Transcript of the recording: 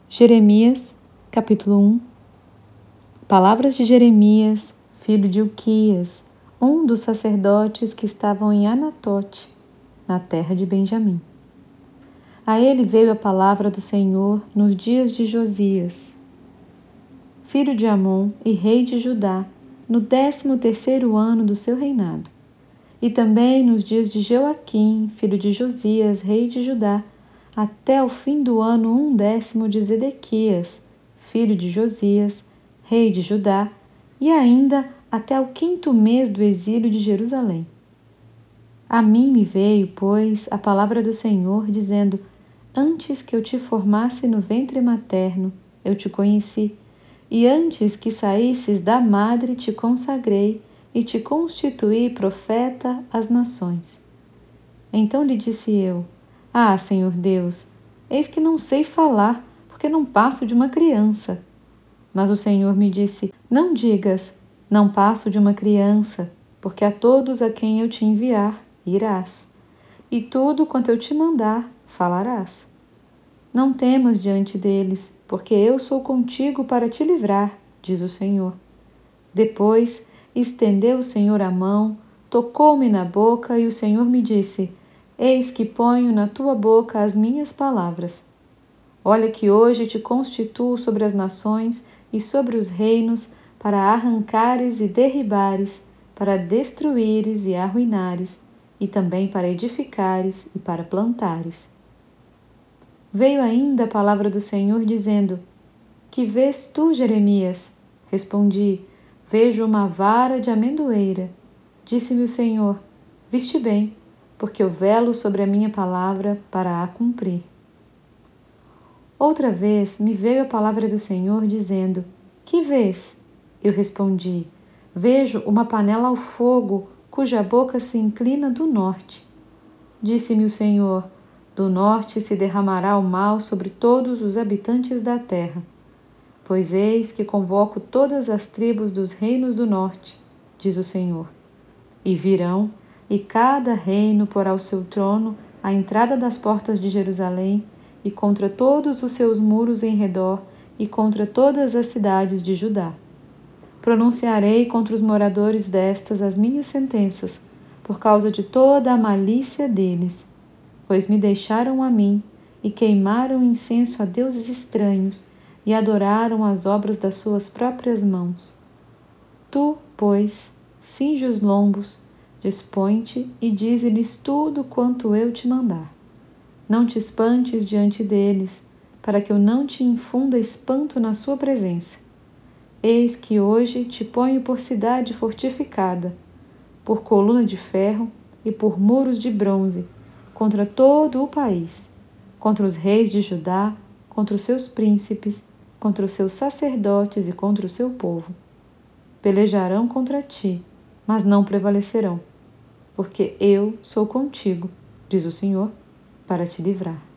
Jeremias, capítulo 1. Palavras de Jeremias, filho de Ilquias, um dos sacerdotes que estavam em Anatote, na terra de Benjamim. A ele veio a palavra do Senhor nos dias de Josias, filho de Amon e rei de Judá, no 13º ano do seu reinado, e também nos dias de Joaquim, filho de Josias, rei de Judá, até o fim do ano 10º de Zedequias, filho de Josias, rei de Judá, e ainda até o 5º mês do exílio de Jerusalém. A mim me veio, pois, a palavra do Senhor, dizendo: Antes que eu te formasse no ventre materno, eu te conheci, e antes que saísses da madre te consagrei e te constituí profeta às nações. Então lhe disse eu: Ah, Senhor Deus, eis que não sei falar, porque não passo de uma criança. Mas o Senhor me disse: Não digas, não passo de uma criança, porque a todos a quem eu te enviar, irás, e tudo quanto eu te mandar, falarás. Não temas diante deles, porque eu sou contigo para te livrar, diz o Senhor. Depois estendeu o Senhor a mão, tocou-me na boca, e o Senhor me disse: Eis que ponho na tua boca as minhas palavras. Olha que hoje te constituo sobre as nações e sobre os reinos, para arrancares e derribares, para destruíres e arruinares, e também para edificares e para plantares. Veio ainda a palavra do Senhor, dizendo: Que vês tu, Jeremias? Respondi: Vejo uma vara de amendoeira. Disse-me o Senhor: Viste bem, porque eu velo sobre a minha palavra para a cumprir. Outra vez me veio a palavra do Senhor, dizendo: Que vês? Eu respondi: Vejo uma panela ao fogo, cuja boca se inclina do norte. Disse-me o Senhor: Do norte se derramará o mal sobre todos os habitantes da terra. Pois eis que convoco todas as tribos dos reinos do norte, diz o Senhor. E virão, e cada reino porá o seu trono à entrada das portas de Jerusalém, e contra todos os seus muros em redor, e contra todas as cidades de Judá. Pronunciarei contra os moradores destas as minhas sentenças, por causa de toda a malícia deles, pois me deixaram a mim, e queimaram incenso a deuses estranhos, e adoraram as obras das suas próprias mãos. Tu, pois, cinge os lombos, dispõe-te e dize-lhes tudo quanto eu te mandar. Não te espantes diante deles, para que eu não te infunda espanto na sua presença. Eis que hoje te ponho por cidade fortificada, por coluna de ferro e por muros de bronze, contra todo o país, contra os reis de Judá, contra os seus príncipes, contra os seus sacerdotes e contra o seu povo. Pelejarão contra ti, mas não prevalecerão, porque eu sou contigo, diz o Senhor, para te livrar.